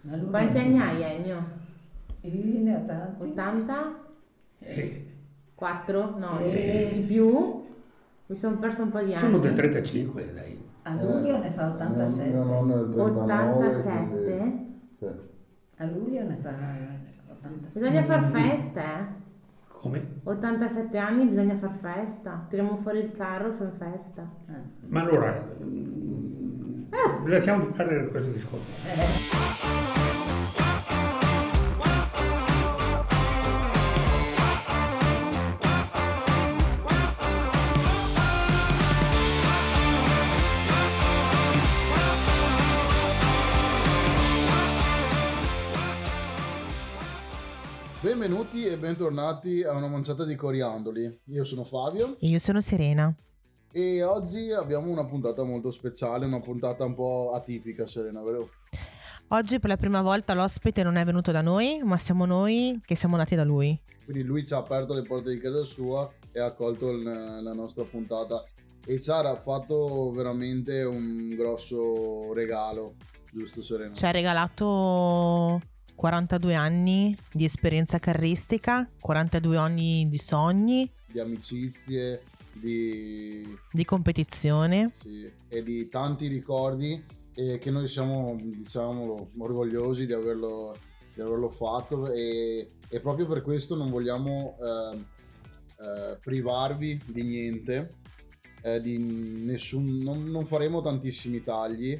Quanti anni hai, Ennio? Io ne ho tanti. 80? 4? No, di più? Mi sono perso un po' di anni. Sono del 35, dai. A luglio ne fa 87. Mio nonno è il 39, 87? quindi, sì. A luglio ne fa 87. Bisogna far festa, eh? Come? 87 anni bisogna far festa. Tiriamo fuori il carro e fai festa. Ma allora, lasciamo perdere questo discorso. Benvenuti e bentornati a una manciata di coriandoli. Io sono Fabio E io sono Serena. e oggi abbiamo una puntata molto speciale, una puntata un po' atipica, Serena, vero? Oggi per la prima volta l'ospite non è venuto da noi, ma siamo noi che siamo nati da lui. Quindi lui ci ha aperto le porte di casa sua e ha accolto la nostra puntata e ci ha fatto veramente un grosso regalo, giusto Serena? Ci ha regalato 42 anni di esperienza carristica, 42 anni di sogni, Di amicizie, di competizione. sì, e di tanti ricordi che noi siamo, diciamolo, orgogliosi di averlo fatto e proprio per questo non vogliamo privarvi di niente, di nessun, non faremo tantissimi tagli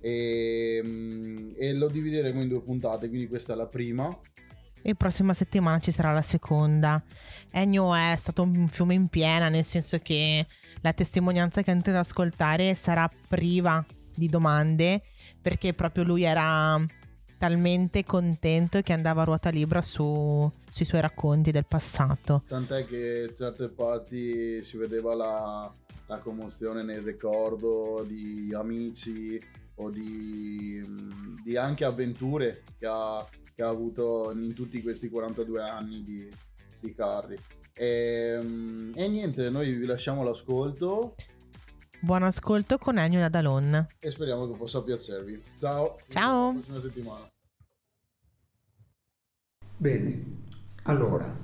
e lo divideremo in 2 puntate, quindi questa è la prima. E prossima settimana ci sarà la seconda. Ennio è stato un fiume in piena, nel senso che la testimonianza che andrete ad ascoltare sarà priva di domande, perché proprio lui era talmente contento che andava a ruota libera sui suoi racconti del passato. Tant'è che certe parti si vedeva la commozione nel ricordo di amici o di anche avventure che ha avuto in tutti questi 42 anni di carri. E niente, noi vi lasciamo l'ascolto Buon ascolto con Ennio Nadalon. e speriamo che possa piacervi. Ciao! Ciao. Alla prossima settimana. Bene, allora,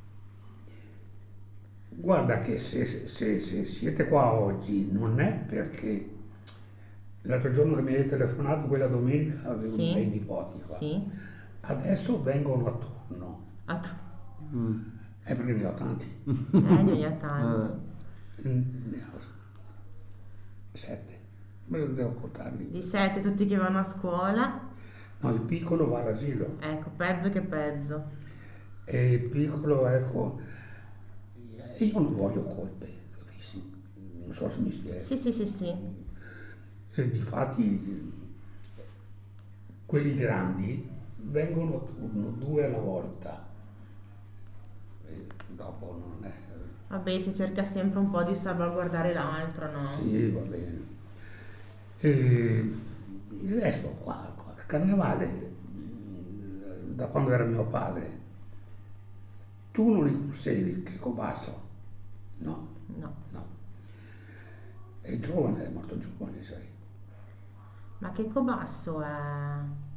guarda che se siete qua oggi non è perché l'altro giorno che mi hai telefonato, quella domenica, avevo Sì. i miei nipoti qua. Sì. Adesso vengono attorno. A tu. È perché ne ho tanti. Ennio ne ha tanti. Ne ho 7. Ma devo contarli. Di 7 tutti che vanno a scuola. No, il piccolo va all'asilo. Ecco, pezzo che pezzo. E il piccolo, ecco, io non voglio colpe, capisci? Non so se mi spiego. Sì, sì, sì, sì. E difatti quelli grandi vengono a turno, 2 alla volta. E dopo non è... Vabbè, si cerca sempre un po' di salvaguardare l'altro, no? Sì, va bene. E il resto qua, il carnevale, da quando era mio padre, tu non li conoscevi il Checco Basso? No, No. no. È giovane, è molto giovane, sai. Ma che cobasso è?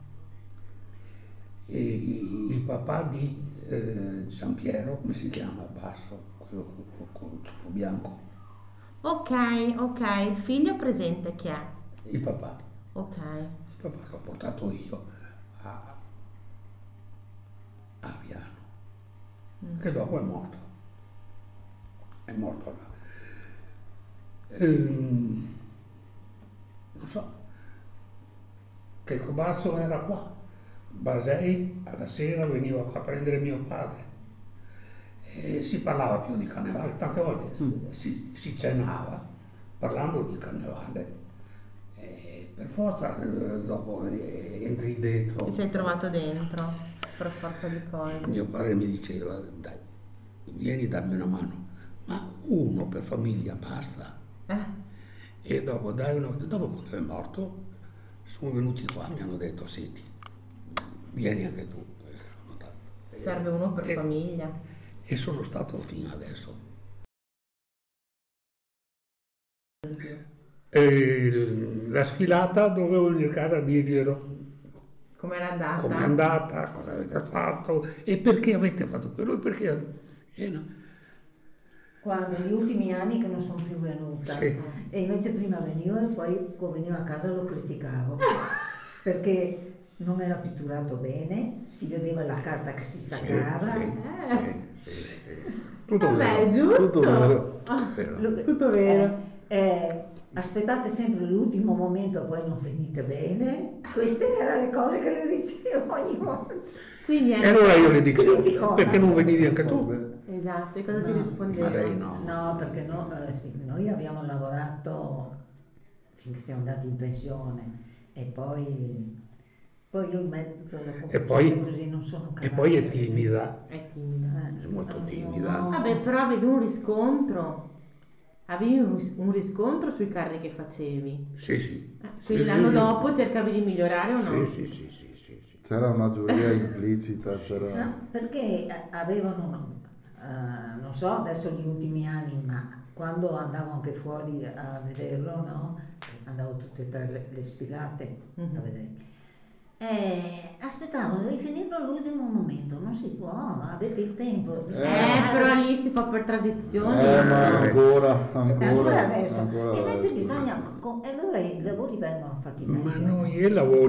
E il papà di Giampiero, come si chiama Basso, quello con il ciuffo bianco? Ok, il figlio presente chi è? Il papà. Ok. Il papà l'ho portato io a Viano, che dopo è morto. È morto là. Non so, che Cobasso era qua. Basei alla sera veniva qua a prendere mio padre e si parlava più di carnevale, tante volte si cenava parlando di carnevale e per forza dopo entri dentro. Ti sei trovato dentro per forza di cose. Mio padre mi diceva, dai, vieni a darmi una mano, ma uno per famiglia basta. E dopo, dopo quando è morto, sono venuti qua, mi hanno detto, senti, vieni anche tu. Serve uno per famiglia. E sono stato fino adesso. La sfilata dovevo venire a casa a dirglielo. Com'era andata? com'è andata, cosa avete fatto e perché avete fatto quello e perché... no. Quando gli ultimi anni che non sono più venuta, Sì. e invece prima venivo e poi quando venivo a casa lo criticavo perché non era pitturato bene, si vedeva la carta che si staccava. Sì. Tutto Vabbè, vero. giusto. Tutto vero. Vero. Tutto vero. Aspettate sempre l'ultimo momento, poi non finite bene. Queste erano le cose che le dicevo ogni volta. Quindi E allora io le dico, Criticona. perché non venivi anche tu? Esatto, e cosa ti No, rispondeva? Ma lei no. No, perché sì, noi abbiamo lavorato finché siamo andati in pensione e poi io in mezzo alla E confusione poi, così non sono e poi è capace. timida, È timida. è molto timida. No. Vabbè, però avevi un riscontro. Avevi un riscontro sui carri che facevi. Sì. Quindi Sì, l'anno sì. dopo cercavi di migliorare o no? Sì. C'era una giuria implicita, No, c'era... perché avevano, non so adesso gli ultimi anni, ma quando andavo anche fuori a vederlo, no? Andavo tutte e tre le sfilate a vedere. Aspettavo, devi finirlo all'ultimo momento, non si può, avete il tempo. Però lì si fa per tradizione. ma ancora Adesso. ancora Invece adesso. bisogna, e allora i lavori vengono fatti Ma meglio. noi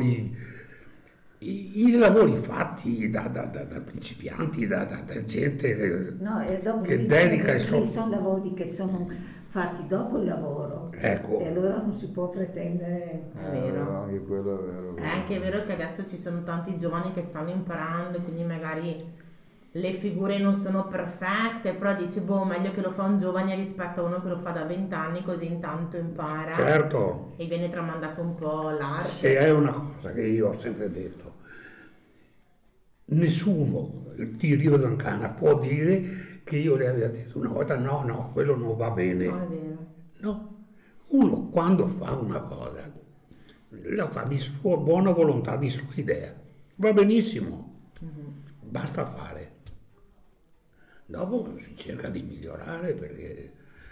i lavori fatti da principianti, da gente No, e dopo che lì dedica il sono suo... lavori che sono fatti dopo il lavoro. Ecco. E allora non si può pretendere. È vero. Anche quello è vero. È anche vero che adesso ci sono tanti giovani che stanno imparando, quindi magari le figure non sono perfette, però dici, boh, meglio che lo fa un giovane rispetto a uno che lo fa da 20 anni, così intanto impara Certo, e viene tramandato un po' l'arte. se è una cosa che io ho sempre detto, nessuno di Riva Zancana può dire che io le abbia detto una volta no, quello non va bene. No, è vero. No, uno quando fa una cosa la fa di sua buona volontà, di sua idea. Va benissimo, basta fare. Dopo si cerca di migliorare perché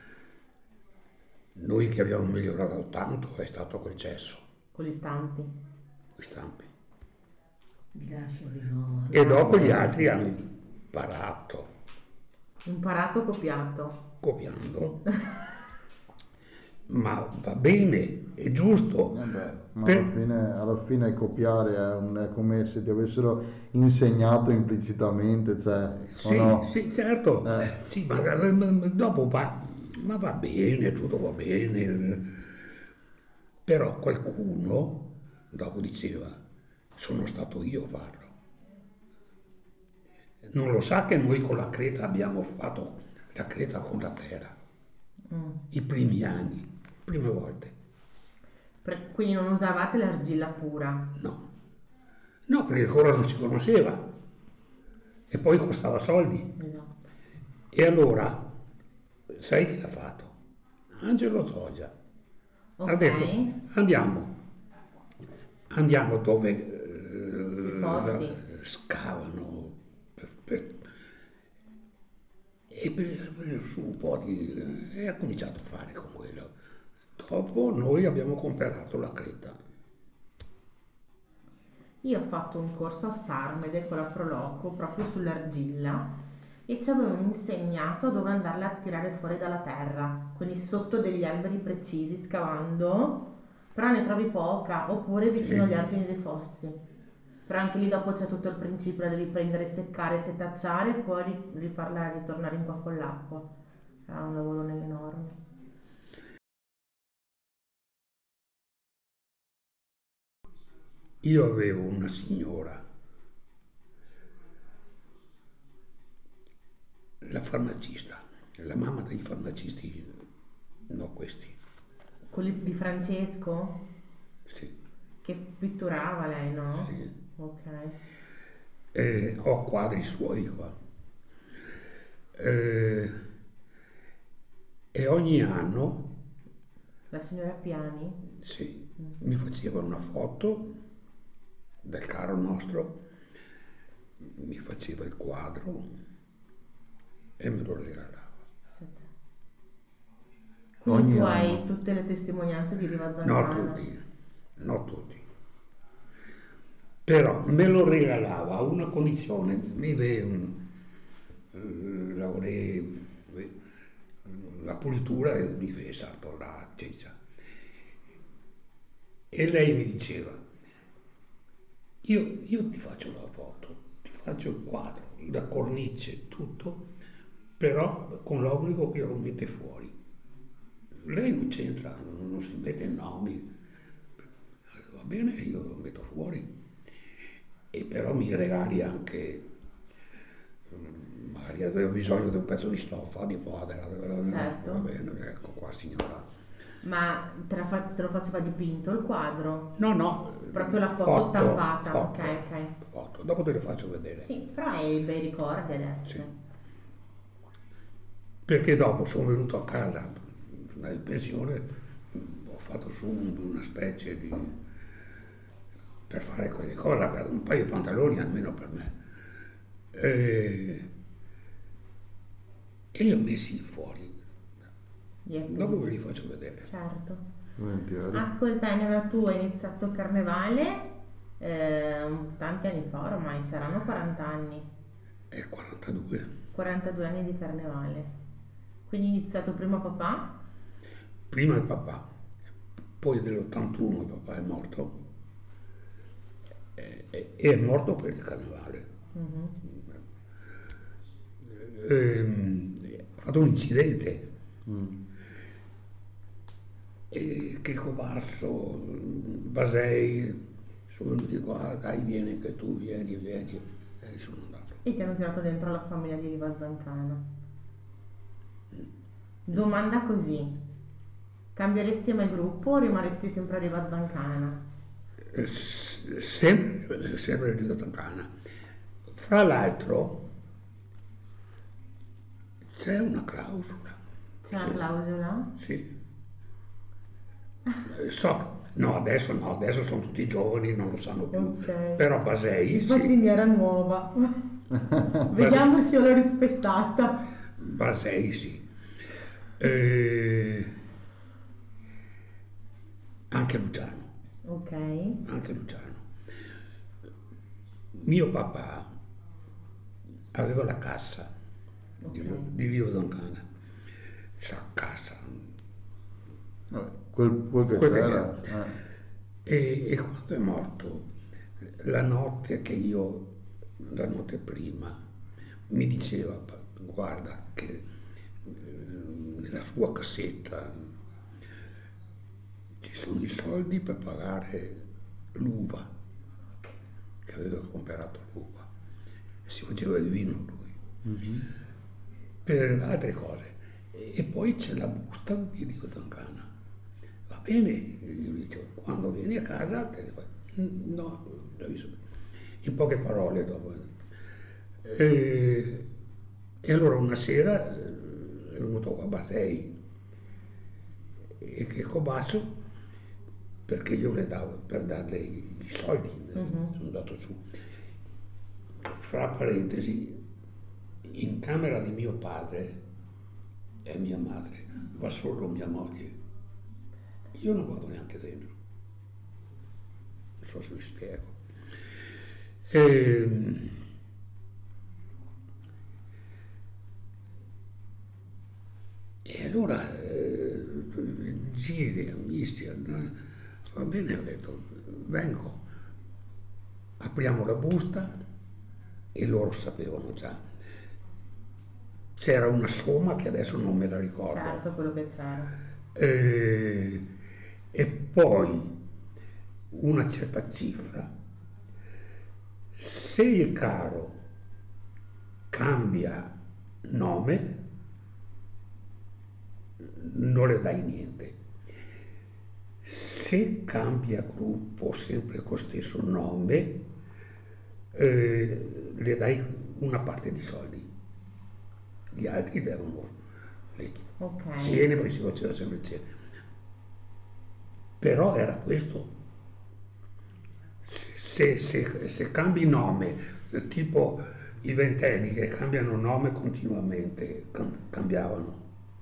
noi che abbiamo migliorato tanto è stato quel cesso, Con gli stampi. quei stampi. Vi lascio di nuovo. E dopo gli altri hanno imparato, Imparato, copiato. copiando. Ma va bene, è giusto. Ma Per- alla fine copiare è come se ti avessero insegnato implicitamente, cioè, o Sì, no? sì, certo. Eh. Sì, ma dopo ma va bene, tutto va bene. Però qualcuno dopo diceva, sono stato io a farlo. Non lo sa che noi con la creta abbiamo fatto la creta con la terra. I primi anni, prime volte. Quindi non usavate l'argilla pura. No. No, perché ancora non si conosceva. E poi costava soldi. Esatto. E allora, sai chi l'ha fatto? Angelo Zoggia. Ok. Ha detto, andiamo dove Sui fossi. scavano e per su un po' e ha cominciato a fare con quello. Dopo noi abbiamo comprato la creta. Io ho fatto un corso a Sarmede con la Proloco proprio sull'argilla e ci avevano insegnato dove andarla a tirare fuori dalla terra, quindi sotto degli alberi precisi, scavando, però ne trovi poca, oppure vicino Sì. agli argini dei fossi. Però anche lì dopo c'è tutto il principio, la devi prendere, seccare, setacciare e poi rifarla ritornare in qua con l'acqua. Era un lavoro enorme. Io avevo una signora, la farmacista, la mamma dei farmacisti, no questi, Quelli di Francesco, sì. che pitturava lei, no? Sì. Ok. Ho quadri suoi qua. E ogni anno, La signora Piani? sì, mi faceva una foto del carro nostro, mi faceva il quadro e me lo regalava. Quindi Ogni tu anno. hai tutte le testimonianze di Riva No Zancana? tutti, no tutti. però me lo regalava a una condizione, lavorei la pulitura e mi fece sarto la ciccia. E lei mi diceva, io ti faccio la foto, ti faccio il quadro, la cornice, tutto, però con l'obbligo che lo mette fuori. Lei non c'entra, non si mette nomi, va bene, io lo metto fuori, e però mi regali anche, magari avevo bisogno di un pezzo di stoffa, di fodera, Certo. va bene, ecco qua signora. Ma te lo faceva dipinto il quadro? No. Proprio la foto stampata, foto, ok. Foto. Dopo te le faccio vedere. Sì, però hai bei ricordi adesso. Sì. Perché dopo sono venuto a casa, in pensione, ho fatto su una specie di... per fare quelle cose, per un paio di pantaloni almeno per me. E li ho messi fuori. Dopo ve li faccio vedere. Certo. Volentieri. Ascolta, Ennio, tu hai iniziato il carnevale tanti anni fa, ormai saranno 40 anni. 42. 42 anni di carnevale. Quindi hai iniziato prima papà? Prima il papà, poi dell'81 il papà è morto. E è morto per il carnevale. Ha fatto un incidente. E Checco Basso, Basei sono venuti qua, dai vieni che tu, vieni, e sono andato. E ti hanno tirato dentro la famiglia di Riva Zancana. Domanda così: cambieresti mai gruppo o rimarresti sempre a Riva Zancana? Sempre di Zancana. Fra l'altro c'è una clausola. C'è una clausola? Sì. No, adesso sono tutti giovani, non lo sanno più. Ok. Però Basei Infatti sì. mi era nuova. Vediamo se l'ho rispettata. Basei sì. Anche Luciano. Ok. Anche Luciano. Mio papà aveva la cassa di Vivo Zancana. Sa cassa. Vabbè, quel che Quel che c'era. E quando è morto, la notte prima, mi diceva, guarda che nella sua cassetta ci sono i soldi per pagare l'uva, che aveva comprato l'uva, e si faceva il vino lui, per altre cose. E poi c'è la busta di Riva Zancana. Va bene, io gli dico, quando vieni a casa te ne fai. No, in poche parole dopo. E allora una sera è venuto qua Basei e Checco Basso, perché io le davo per darle i soldi, sono andato su. Fra parentesi, in camera di mio padre e mia madre va solo mia moglie. Io non vado neanche dentro. Non so se mi spiego. E allora giri, amici, va bene, ho detto, vengo, apriamo la busta e loro sapevano già. C'era una somma che adesso non me la ricordo. Certo, quello che c'era. E poi una certa cifra. Se il caro cambia nome, non le dai niente. Se cambia gruppo sempre con lo stesso nome, le dai una parte di soldi. Gli altri devono Ok. cene, perché si faceva sempre cene. Però era questo. Se cambi nome, tipo i ventenni che cambiano nome continuamente, cambiavano.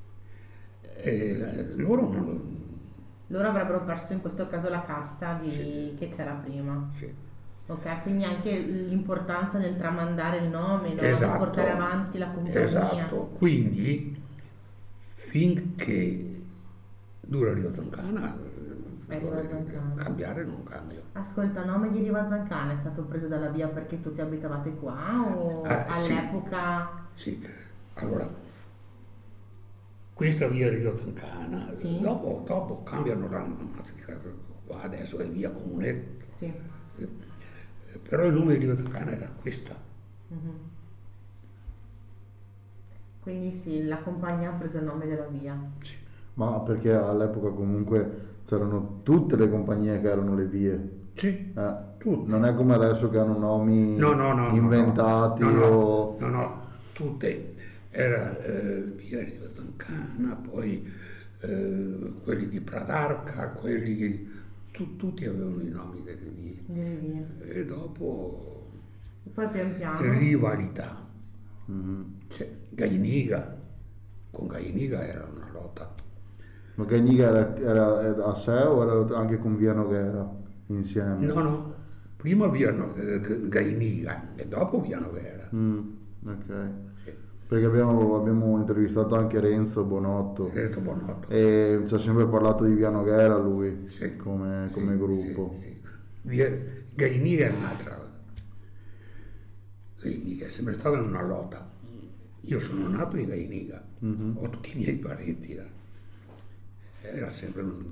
Loro non... Loro avrebbero perso in questo caso la cassa Sì. che c'era prima. Sì. Ok, quindi anche l'importanza nel tramandare il nome, no? Esatto. Di portare avanti la compagnia. Esatto, quindi finché dura Riva Zancana, Riva Zancana. cambiare non cambio. Ascolta, il nome di Riva Zancana è stato preso dalla via perché tutti abitavate qua o Sì. all'epoca? Sì, allora, questa via Riva Zancana, Sì. dopo cambiano qua adesso è via Comune, Sì. però il nome di Riva Zancana era questa. Mhm. Quindi sì, la compagnia ha preso il nome della via. Sì. Ma perché all'epoca comunque c'erano tutte le compagnie che erano le vie. Sì, tutte. Non è come adesso che hanno nomi No, inventati no, tutte. Era via Riva Zancana, poi quelli di Pradarca, tutti avevano i nomi delle vie. Delle vie. E dopo E poi pian piano. rivalità. C'è Gainiga, con Gainiga era una lotta. Ma Gainiga era a sé o era anche con Via Noghera insieme? No, prima via Gainiga e dopo via Noghera. Ok. Sì. Perché abbiamo intervistato anche Renzo Bonotto Detto Bonotto. e ci ha sempre parlato di Via Noghera lui Sì. come Sì, gruppo. sì. Gainiga è un'altra. Gainiga è sempre stata una lotta. Io sono nato in Gainiga, ho tutti i miei parenti là. Era sempre un...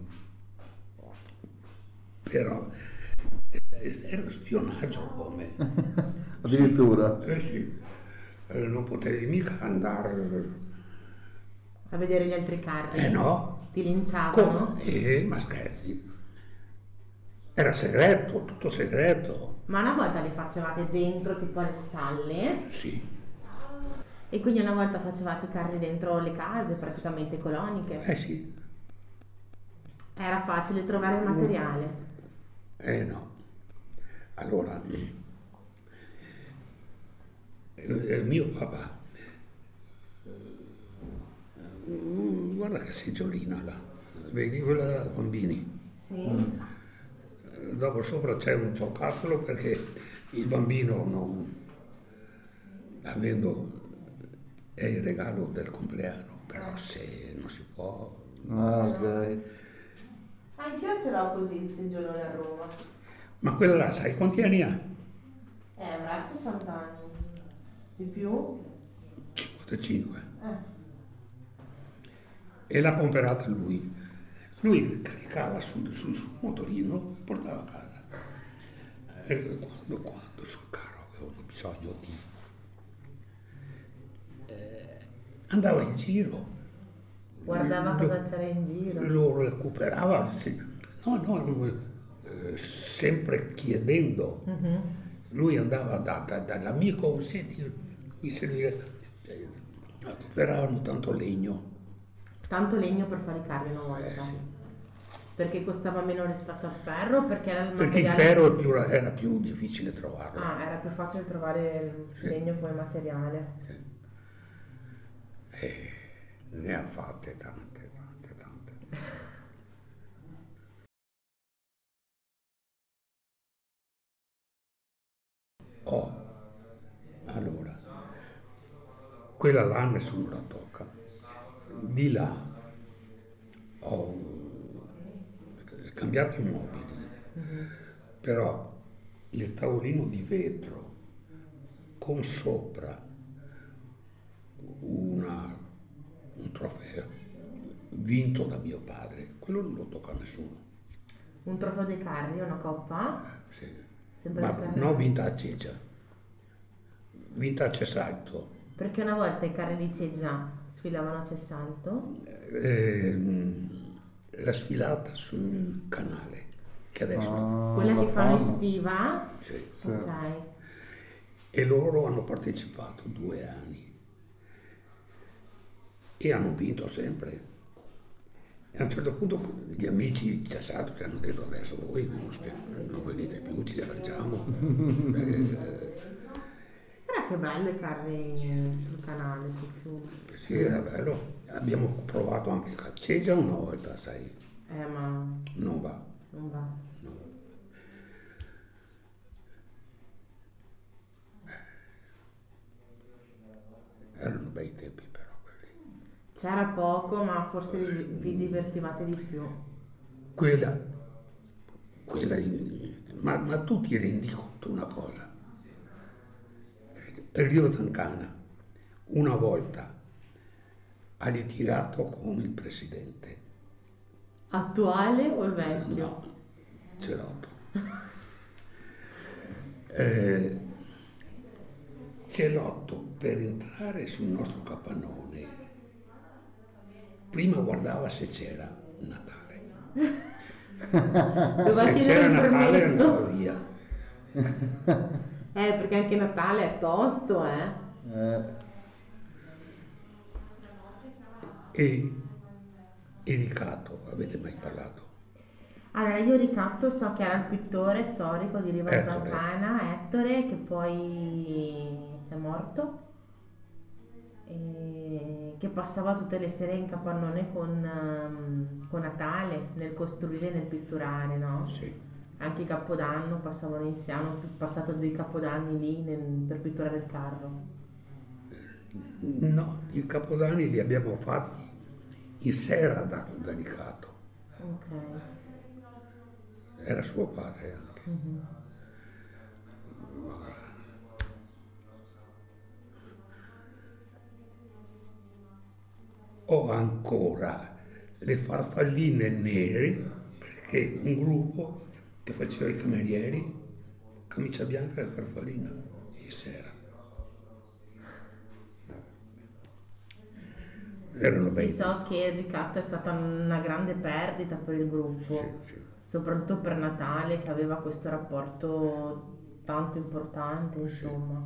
però era spionaggio come. Addirittura. Sì. Non potevi mica andare. A vedere gli altri carri. No. Ti linciavano. Ma scherzi. Era segreto, tutto segreto. Ma una volta le facevate dentro tipo alle stalle Sì. e quindi una volta facevate i carri dentro le case praticamente coloniche. Sì. Era facile trovare il materiale. No. Allora, mio papà, guarda che seggiolina là, vedi quella da bambini. Sì. Dopo sopra c'è un giocattolo perché il bambino non, avendo, è il regalo del compleanno, però se non si può. Ok. Anch'io ce l'ho così il seggiolone a Roma. Ma quella là, sai quanti anni ha? Avrà 60 anni. Di più? 55. E l'ha comprata lui. Lui caricava sul suo motorino e portava a casa. E quando sul carro avevano bisogno di... andava in giro. Guardava cosa c'era in giro. Lo recuperava, sì. Sempre chiedendo. Lui andava dall'amico, senti, lui adoperavano tanto legno. Tanto legno per fare i carri una volta. Perché costava meno rispetto al ferro? Perché era il Perché il materiale... ferro era più difficile trovarlo. era più facile trovare il legno come materiale. Ne ha fatte tante. Allora, quella là nessuno la tocca. Di là ho cambiato i mobili, però il tavolino di vetro con sopra un trofeo vinto da mio padre, quello non lo tocca a nessuno. Un trofeo dei carri, una coppa? Sì. Sempre Ma dei carri? no vinta a Ceggia, vinta a Cesalto. Perché una volta i carri di Ceggia sfilavano a Cessalto? La sfilata sul canale, che adesso... Quella la che fanno fanno. estiva? Sì. Ok. E loro hanno partecipato 2 anni e hanno vinto sempre. E a un certo punto gli amici di Cesalto che hanno detto adesso voi non venite più, ci arrangiamo. Guarda che bello i carri sul canale, sul fiume. Sì, era bello. Abbiamo provato anche a Ceggia una volta, sai, Ma non va. non va. C'era poco, ma forse vi divertivate di più. Quella ma tu ti rendi conto una cosa? Rio Zancana una volta ha litigato con il presidente. Attuale o il vecchio? No, Cerotto. Celotto per entrare sul nostro capannone prima guardava se c'era Natale. Doveva Se chiedere c'era il Natale permesso. andava via. Perché anche Natale è tosto, E Cato, avete mai parlato? Allora, io Ricatto so che era il pittore storico di Riva Ettore. Zancana, Ettore, che poi è morto, e che passava tutte le sere in capannone con Natale, nel costruire e nel pitturare, no? Sì. Anche i Capodanno passavano insieme, hanno passato dei Capodanni lì per pitturare il carro. No, i capodanni li abbiamo fatti in sera da Ricato. Ok. Era suo padre anche. Ho ancora le farfalline nere perché un gruppo che faceva i camerieri, camicia bianca e farfallina, in sera. Erano Sì, bei. so che Ricatto è stata una grande perdita per il gruppo, Sì, sì. soprattutto per Natale, che aveva questo rapporto tanto importante, insomma.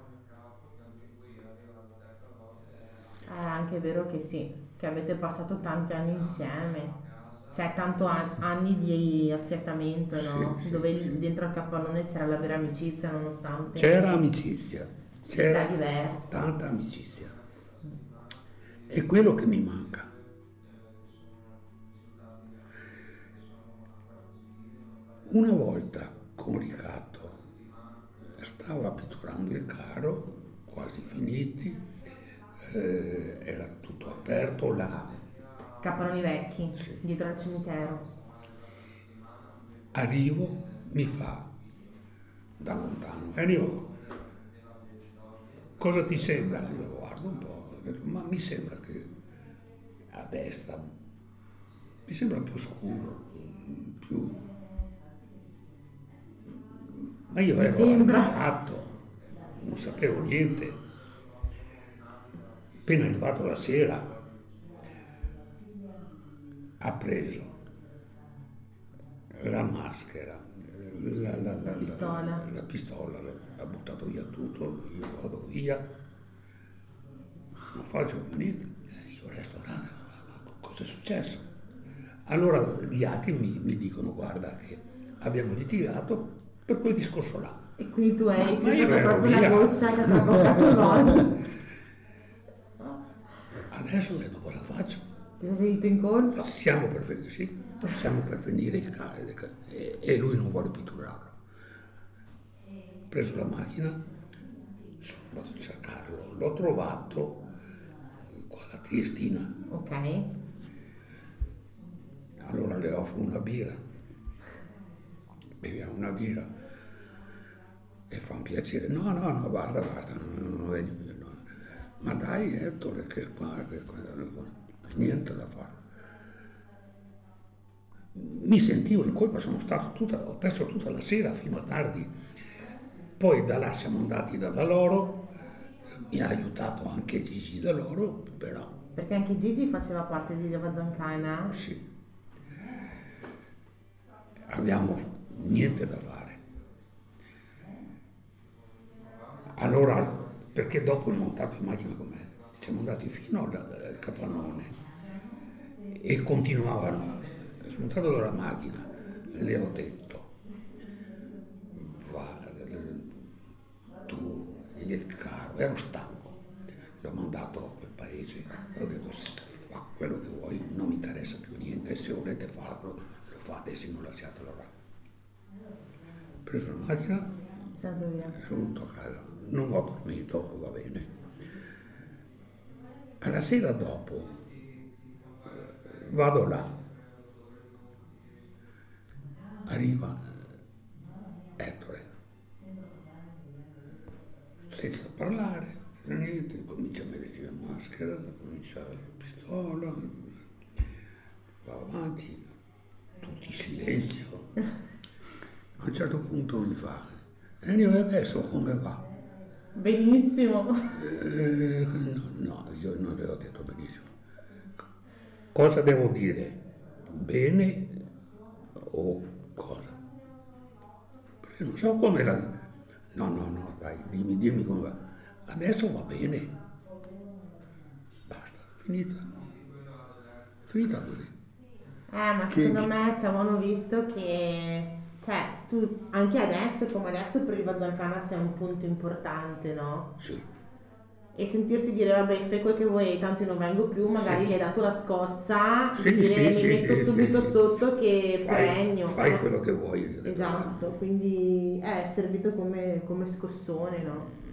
È anche vero che sì, che avete passato tanti anni insieme, cioè tanto anni di affiatamento, no? Sì, Dove sì. dentro al capannone c'era la vera amicizia, nonostante C'era amicizia, c'era città diverse. tanta amicizia. È quello che mi manca. Una volta con Ricatto stava pitturando il carro, quasi finiti, era tutto aperto là. Capannoni vecchi, Sì. dietro al cimitero. Arrivo, mi fa da lontano, Ennio, cosa ti sembra? Io guardo un po', ma mi sembra che a destra mi sembra più scuro, più... Ma io ero sembra. arrabbiato, non sapevo niente. Appena arrivato la sera, ha preso la maschera, la pistola. la pistola, ha buttato via tutto, io vado via, non faccio più niente, io resto là, ma cosa è successo? Allora gli altri mi dicono, guarda che abbiamo litigato per quel discorso là. E quindi tu Ma sei io stata ero proprio via. la goccia che ti ha bloccato il vaso. Adesso ho detto, cosa faccio? Ti sei sentito in colpa? Siamo per finire il carro e lui non vuole pitturarlo. Ho preso la macchina, sono andato a cercarlo, l'ho trovato qua a Triestina. Ok. Allora le offro una birra, beviamo una birra e fa un piacere. No, basta, non vengo più. No. Ma dai Ettore, che qua, niente da fare. Mi sentivo in colpa, ho perso tutta la sera fino a tardi. Poi da là siamo andati da loro, mi ha aiutato anche Gigi da loro, però Perché anche Gigi faceva parte di Riva Zancana. sì, abbiamo niente da fare. Allora, perché dopo il montato in macchina con me, siamo andati fino al capannone e continuavano. Smontato dalla macchina, le ho detto, va, tu, il carro, ero stanco, l'ho mandato a quel paese, ho detto, fa quello che vuoi, non mi interessa più niente, se volete farlo, lo fate, se non lasciatelo là. Ho preso la macchina, Sei andato via. sono venuto a casa, non ho dormito, va bene. Alla sera dopo vado là, arriva Ettore, senza parlare, niente, comincia a mettere la maschera, comincia la pistola, va avanti, tutti in silenzio. A un certo punto mi fa, Ennio, e adesso come va? Benissimo. No, io non le ho detto benissimo. Cosa devo dire? Bene o cosa? Perché non so come la... No, dai, dimmi come va. Adesso va bene. Basta, finita così. Ma secondo me ci avevano visto che, cioè, tu anche adesso, come adesso, per Riva Zancana sei un punto importante, no? Sì. E sentirsi dire, vabbè, fai quel che vuoi, tanto io non vengo più, magari gli hai dato la scossa, Sì, di dire, sì, mi metto sì, subito sì. sotto che premio. Fai quello che vuoi. Esatto, quindi è servito come scossone, no?